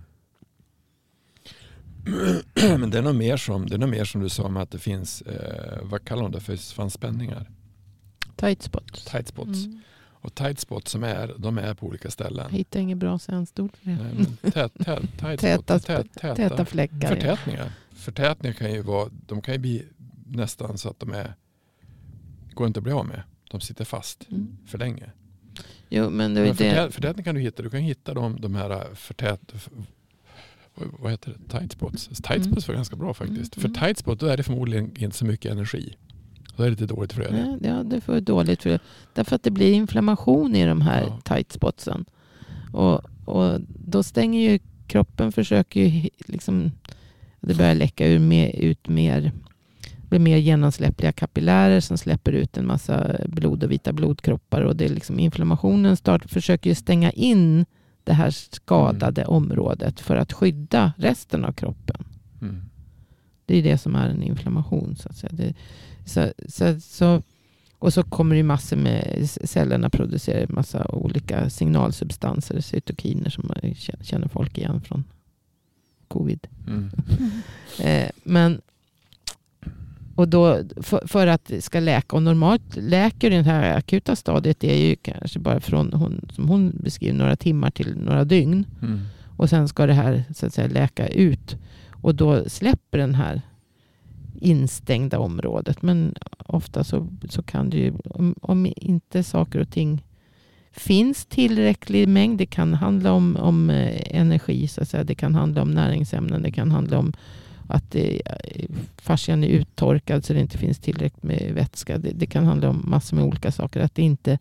Men det är nog mer som, det är nog mer som du sa om att det finns, eh, vad kallar de det för, fanns spänningar? Tight spots. Tight spots. Mm. Och tight spots som är, de är på olika ställen. Jag hittar inget bra sensord för det. Nej, men tät, tät, tight täta, spot, tät, täta, täta fläckar. Förtätningar. Ja. Förtätningar kan ju vara, de kan ju bli nästan så att de är, går inte att bli av med. De sitter fast mm. för länge. Jo, men det är men förtät, det. Förtätning kan du hitta. Du kan hitta de, de här förtät, vad heter det? Tight spots. Tight spots var ganska bra faktiskt. Mm. För tight spot, då är det förmodligen inte så mycket energi. Då är det lite dåligt flöde. Ja, det är för dåligt flöde. Därför att det blir inflammation i de här ja. tight spotsen. Och, och då stänger ju kroppen, försöker ju liksom, det börjar läcka ur mer, ut mer, blir mer genomsläppliga kapillärer som släpper ut en massa blod och vita blodkroppar. Och det är liksom inflammationen start, försöker ju stänga in det här skadade mm. området för att skydda resten av kroppen. Mm. Det är det som är en inflammation så att säga. Det, så, så, så, och så kommer det massor med cellerna producerar massa olika signalsubstanser, cytokiner som man känner folk igen från covid. Mm. eh, men och då för, för att det ska läka, och normalt läker det här akuta stadiet, det är ju kanske bara från hon, som hon beskriver några timmar till några dygn. Mm. Och sen ska det här så att säga läka ut, och då släpper den här instängda området. Men ofta så, så kan det ju, om, om inte saker och ting finns tillräcklig mängd, det kan handla om, om energi så att säga, det kan handla om näringsämnen, det kan handla om att det, fascian är uttorkad så det inte finns tillräckligt med vätska. Det, det kan handla om massor med olika saker. Att det inte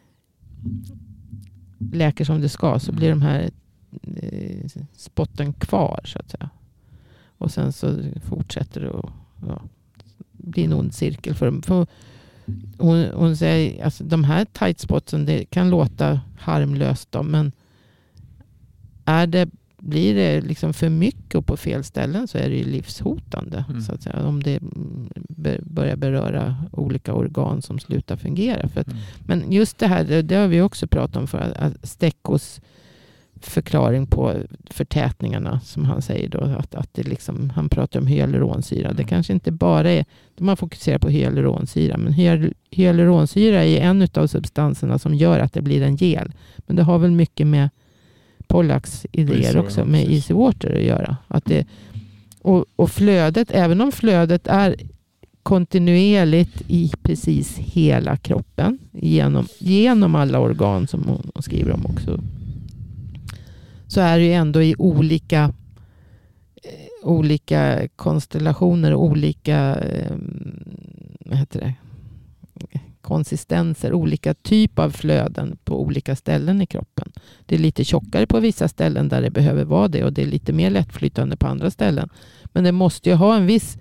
läker som det ska, så blir de här eh, spotten kvar så att säga. Och sen så fortsätter det att ja, bli en ond cirkel för dem. För hon, hon säger alltså de här tight spotsen, det kan låta harmlöst då, men är det blir det liksom för mycket och på fel ställen så är det ju livshotande. Mm. Så att säga, om det be- börjar beröra olika organ som slutar fungera. För att, Mm. Men just det här, det, det har vi också pratat om för att Steckos förklaring på förtätningarna som han säger då, att, att det liksom, han pratar om hyaluronsyra. Det kanske inte bara är, man fokuserar på hyaluronsyra, men hyal, hyaluronsyra är en av substanserna som gör att det blir en gel. Men det har väl mycket med Pollacks idéer så, också ja, med Easy Water att göra. Att det, och, och flödet, även om flödet är kontinuerligt i precis hela kroppen genom, genom alla organ som hon, hon skriver om också, så är det ju ändå i olika eh, olika konstellationer, olika eh, vad heter det? konsistenser, olika typ av flöden på olika ställen i kroppen. Det är lite tjockare på vissa ställen där det behöver vara det och det är lite mer lättflytande på andra ställen. Men det måste ju ha en viss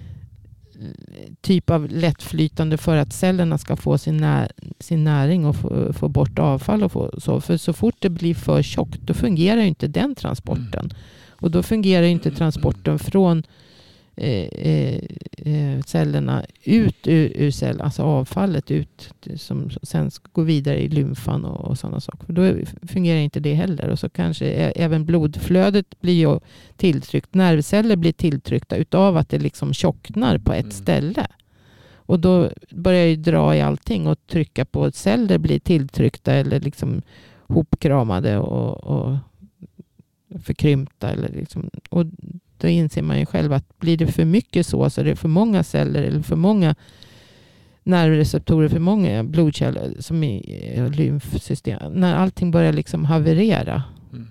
typ av lättflytande för att cellerna ska få sin, när, sin näring och få, få bort avfall och få, så. För så fort det blir för tjockt då fungerar ju inte den transporten. Och då fungerar ju inte transporten från eh, eh, cellerna ut ur, ur cell, alltså avfallet ut som sen ska gå vidare i lymfan och, och sådana saker. För då fungerar inte det heller. Och så kanske ä, även blodflödet blir ju tilltryckt. Nervceller blir tilltryckta utav att det liksom tjocknar på ett mm. ställe. Och då börjar ju dra i allting och trycka på att celler blir tilltryckta eller liksom hopkramade och, och förkrympta. Eller liksom, och då inser man ju själv att blir det för mycket så, så är det för många celler eller för många nervreceptorer, för många blodkärl som i lymfsystem. När allting börjar liksom haverera. Mm.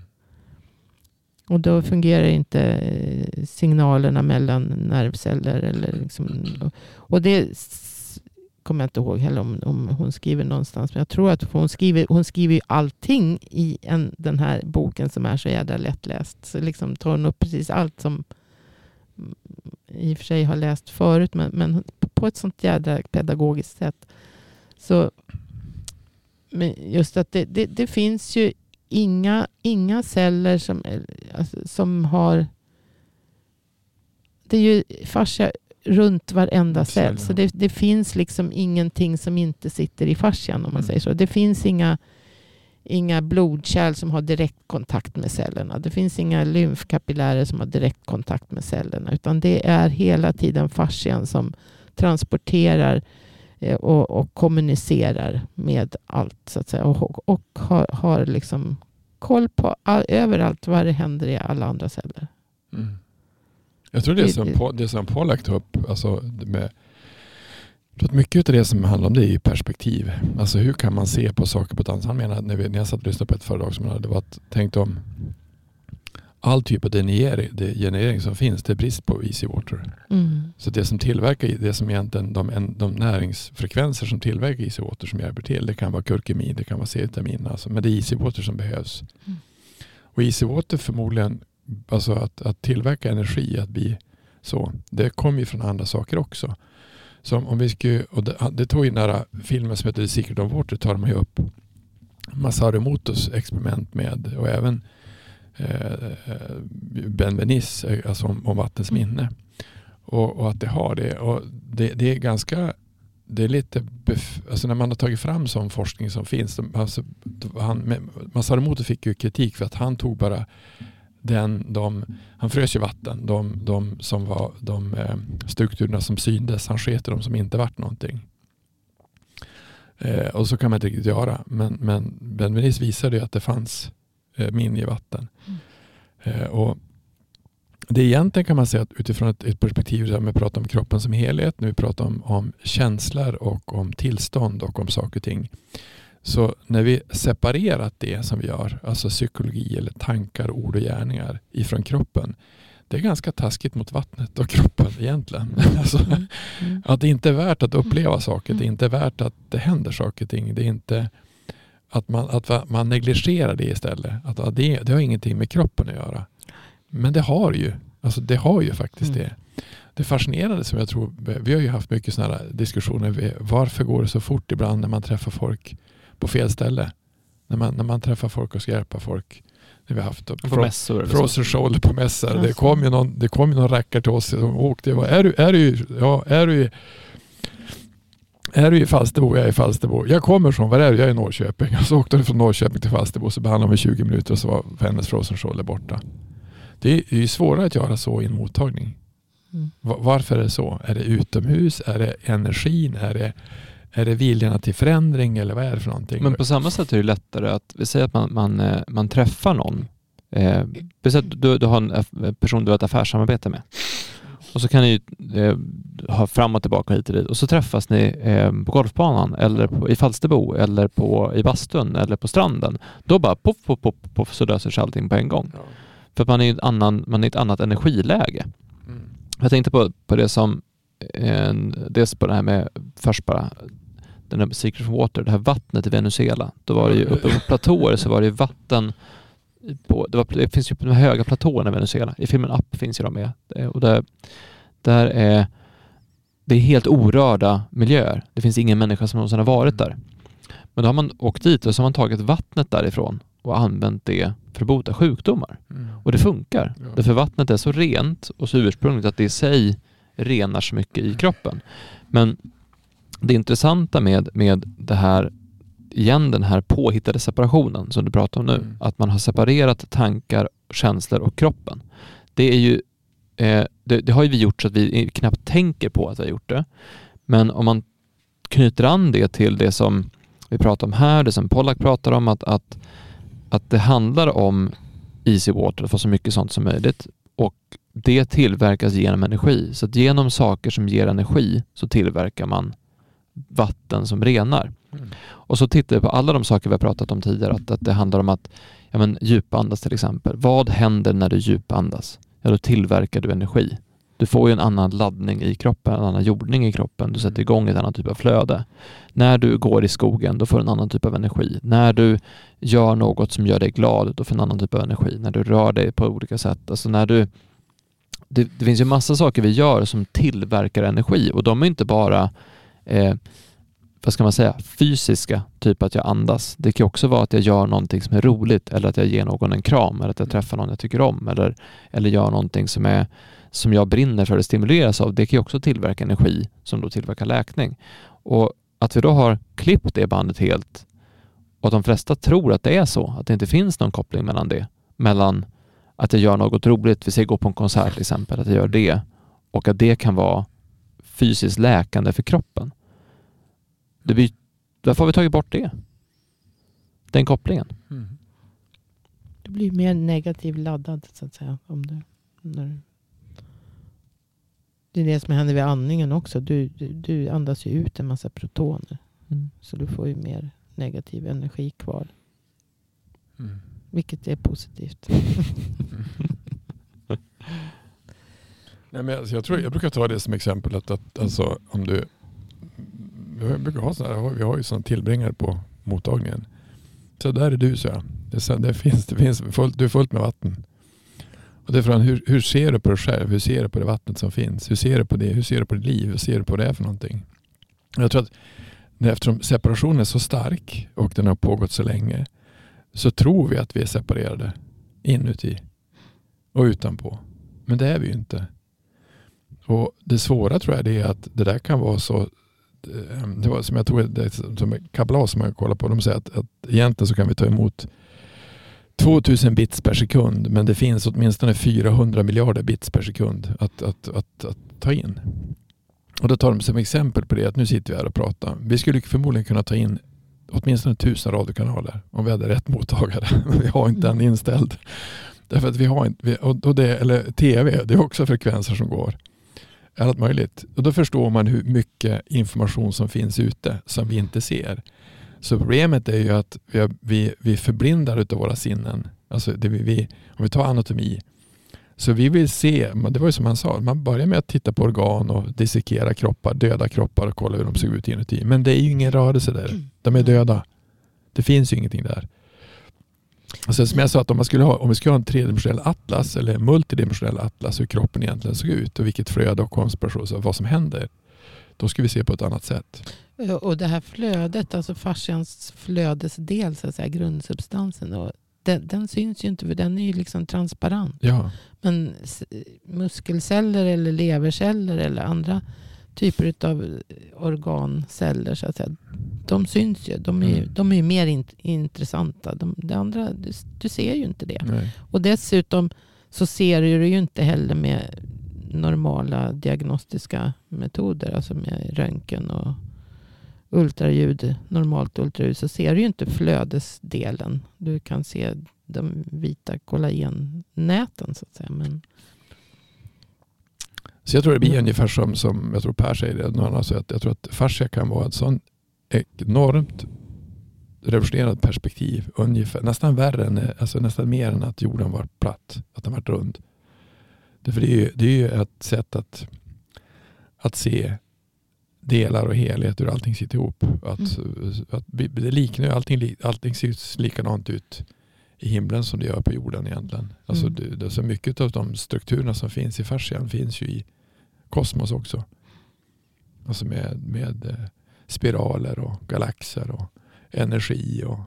Och då fungerar inte signalerna mellan nervceller. Eller liksom, och det kommer jag inte ihåg heller om, om hon skriver någonstans. Men jag tror att hon skriver, hon skriver ju allting i en, den här boken som är så jävla lättläst. Så liksom tar hon upp precis allt som i och för sig har läst förut. Men, men på ett sånt jävla pedagogiskt sätt. Så men just att det, det, det finns ju inga, inga celler som, alltså, som har... Det är ju fascia runt varenda cell. Så det, det finns liksom ingenting som inte sitter i fascian om man mm. säger så. Det finns inga, inga blodkärl som har direkt kontakt med cellerna. Det finns inga lymfkapillärer som har direkt kontakt med cellerna. Utan det är hela tiden fascian som transporterar eh, och, och kommunicerar med allt så att säga. Och, och har, har liksom koll på all, överallt vad det händer i alla andra celler. Mm. Jag tror det som, på, det som Pollack tog upp, alltså med, mycket av det som handlar om det är ju perspektiv. Alltså hur kan man se på saker på ett annat sätt? Han menar när, vi, när jag satt och lyssnade på ett föredrag som jag hade, det var att tänkt om all typ av degenerering, degenerering som finns, det är brist på Easy Water. Mm. Så det som tillverkar, det som egentligen de, de näringsfrekvenser som tillverkar Easy Water som hjälper till, det kan vara kurkumin, det kan vara C-vitamin, alltså, men det är Easy Water som behövs. Mm. Och Easy Water förmodligen, alltså att, att tillverka energi, att bli så, det kommer ju från andra saker också. Så om vi skulle, och det, det tog ju den där filmen som heter The Secret of Water, tar man ju upp Masaru Emotos experiment med, och även eh, Benveniste, alltså om, om vattens minne. Och, och att det har det. Och det, det är ganska, det är lite, bef, alltså när man har tagit fram sån forskning som finns, alltså, han, Masaru Emoto fick ju kritik för att han tog bara Den, de, han frös ju vatten, de, de som var de eh, strukturerna som syndes, han sket de som inte vart någonting. Eh, och så kan man inte riktigt göra. Men, men Benveniste visade ju att det fanns eh, min i vatten. Mm. Eh, och det egentligen kan man säga att utifrån ett, ett perspektiv där vi pratar om kroppen som helhet, när vi pratar om, om känslor och om tillstånd och om saker och ting. Så när vi separerat det som vi gör, alltså psykologi eller tankar, ord och gärningar ifrån kroppen, det är ganska taskigt mot vattnet och kroppen egentligen. Alltså, mm. Mm. Att det inte är värt att uppleva saker, det är inte värt att det händer saker och ting. Det är inte att man, att man negligerar det istället. Att, att det, det har ingenting med kroppen att göra. Men det har ju, alltså det har ju faktiskt mm. det. Det fascinerande som jag tror, vi har ju haft mycket sådana här diskussioner, varför går det så fort ibland när man träffar folk på fel ställe. När man, när man träffar folk och ska hjälpa folk. Vi har haft på fro- mässor. Frozen shoulder på mässor. Alltså. Det kom ju någon, det kom ju någon rackare till oss som åkte. Var, är du, är du, ja, är du, är du i Falsterbo? Jag är i Falsterbo. Jag kommer från, var är du? Jag är i Norrköping. Så åkte du från Norrköping till Falsterbo, så behandlade de i tjugo minuter och så var hennes frozen shoulder borta. Det är ju svårare att göra så i en mottagning. Mm. Varför är det så? Är det utomhus? Är det energin? Är det, är det viljan till förändring? Eller vad är det för någonting? Men på samma sätt är det lättare att vi säger att man, man, man träffar någon. Eh, vi säger att du, du har en person du har ett affärssamarbete med. Och så kan ni eh, ha fram och tillbaka hit och dit. Och så träffas ni eh, på golfbanan eller på, i Falsterbo eller på, i bastun eller på stranden. Då bara poff, poff, poff, poff, så löser sig allting på en gång. Ja. För att man är i ett, annan, man är ett annat energiläge. Mm. Jag tänkte på, på det som eh, dels på det här med först bara den här Secret from Water, det här vattnet i Venezuela. Då var det ju uppe på platåer så var det ju vatten på, det, var, det finns ju på de höga platåerna i Venezuela. I filmen Up finns ju de med. Och där, där är det är helt orörda miljöer. Det finns ingen människa som någonsin har varit där. Men då har man åkt dit och så har man tagit vattnet därifrån och använt det för att bota sjukdomar. Mm. Och det funkar. Ja. Därför vattnet är så rent och så ursprungligt att det i sig renar så mycket i kroppen. Men det intressanta med, med det här, igen den här påhittade separationen som du pratar om nu, mm. att man har separerat tankar, känslor och kroppen. Det är ju eh, det, det har ju vi gjort så att vi knappt tänker på att vi har gjort det. Men om man knyter an det till det som vi pratar om här, det som Pollack pratar om, att, att, att det handlar om easy water, att få så mycket sånt som möjligt. Och det tillverkas genom energi. Så att genom saker som ger energi så tillverkar man vatten som renar. Mm. Och så tittar vi på alla de saker vi har pratat om tidigare. Att, att det handlar om att ja, men, djupandas till exempel. Vad händer när du djupandas? Ja, då tillverkar du energi. Du får ju en annan laddning i kroppen, en annan jordning i kroppen. Du sätter igång ett annat typ av flöde. När du går i skogen, då får du en annan typ av energi. När du gör något som gör dig glad, då får du en annan typ av energi. När du rör dig på olika sätt. Alltså när du, det, det finns ju massa saker vi gör som tillverkar energi. Och de är inte bara eh, vad ska man säga, fysiska, typ att jag andas. Det kan också vara att jag gör någonting som är roligt, eller att jag ger någon en kram, eller att jag träffar någon jag tycker om, eller, eller gör någonting som är som jag brinner för att stimuleras av. Det kan ju också tillverka energi som då tillverkar läkning. Och att vi då har klippt det bandet helt och att de flesta tror att det är så, att det inte finns någon koppling mellan det, mellan att jag gör något roligt, vi säger gå på en konsert till exempel, att jag gör det och att det kan vara fysiskt läkande för kroppen. Det blir, därför har vi tagit bort det. Den kopplingen. Mm. Det blir mer negativt laddad så att säga. Om du, när, det är det som händer vid andningen också. Du, du, du andas ju ut en massa protoner. Mm. Så du får ju mer negativ energi kvar. Mm. Vilket är positivt. Nej, men alltså, jag, tror, jag brukar ta det som exempel att, att alltså, om du vi brukar ha sådana, vi har ju sådana tillbringare på mottagningen. Så där är du, så jag. Det, det finns, det finns fullt, du är fullt med vatten. Och det är från, hur, hur ser du på dig själv? Hur ser du på det vattnet som finns? Hur ser du på det? Hur ser du på ditt liv? Hur ser du på det här för någonting? Jag tror att eftersom separationen är så stark och den har pågått så länge, så tror vi att vi är separerade inuti och utanpå. Men det är vi ju inte. Och det svåra tror jag det är att det där kan vara så. Det var som jag tror det som Kabla som jag kollar på, de säger att, att egentligen så kan vi ta emot tvåtusen bits per sekund, men det finns åtminstone fyrahundra miljarder bits per sekund att, att, att, att ta in. Och då tar de som exempel på det att nu sitter vi här och pratar. Vi skulle förmodligen kunna ta in åtminstone tusen radiokanaler om vi hade rätt mottagare. Vi har inte den inställd. Därför att vi har inte, och det, eller tv, det är också frekvenser som går. Allt möjligt. Och då förstår man hur mycket information som finns ute som vi inte ser. Så problemet är ju att vi, har, vi, vi förblindar utav våra sinnen. Alltså det vi, vi, om vi tar anatomi. Så vi vill se, det var ju som han sa, man börjar med att titta på organ och dissekera kroppar, döda kroppar och kolla hur de ser ut inuti. Men det är ju ingen rörelse där. De är döda. Det finns ju ingenting där. Alltså som jag sa, att om, man skulle ha, om vi skulle ha en tredimensionell atlas eller en multidimensionell atlas hur kroppen egentligen såg ut och vilket flöde och konspiration, så vad som händer, då ska vi se på ett annat sätt. Och det här flödet, alltså fascians flödesdel, så att säga, grundsubstansen, och den, den syns ju inte för den är ju liksom transparent. Ja. Men muskelceller eller leverceller eller andra typer av organceller så att säga, de syns ju. De är ju, Mm. de är ju mer in, intressanta. De, det andra, du, du ser ju inte det. Nej. Och dessutom så ser du ju inte heller med normala diagnostiska metoder, alltså med röntgen och ultraljud, normalt ultraljud, så ser du ju inte flödesdelen. Du kan se de vita kollagennäten så att säga. Men Så jag tror det blir ungefär som, som jag tror Per säger det. Någon alltså att jag tror att fascia kan vara ett sånt enormt revolutionerat perspektiv. Ungefär, nästan värre än, alltså nästan mer än att jorden var platt. Att den var rund. Därför det är ju, det är ju ett sätt att, att se delar och helhet hur allting sitter ihop. Att, mm. att, det liknar ju allting, allting ser likadant ut i himlen som det gör på jorden egentligen. Alltså Mm. det, det, så mycket av de strukturerna som finns i fascian finns ju i kosmos också. Alltså med, med spiraler och galaxer och energi. Och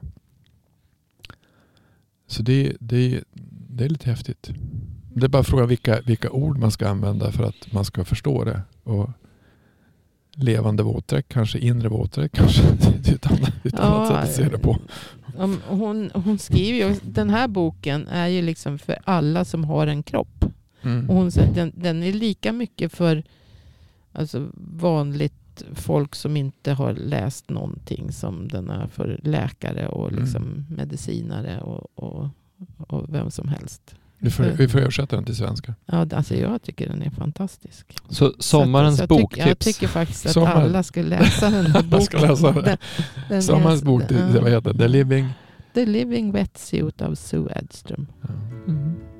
så det, det, det är lite häftigt. Det är bara frågan vilka, vilka ord man ska använda för att man ska förstå det. Och levande våtdräkt, kanske inre våtdräkt, kanske det är ett annat, ett Ja, annat sätt att se det på. Um, hon, hon skriver ju, den här boken är ju liksom för alla som har en kropp. Mm. Och hon säger den, den är lika mycket för alltså vanligt folk som inte har läst någonting som den är för läkare och liksom Mm. medicinare och, och, och vem som helst. Vi får, vi får översätta den till svenska. Ja, alltså jag tycker den är fantastisk. Så sommarens så att, så jag boktips. Tyck, jag tycker faktiskt att Sommar. alla ska läsa den här boken. ska läsa den. Den, den Sommarens är- bok, det, ja. det, vad heter det? The Living... The Living Wetsuit av Sue Edström. Ja. Mm.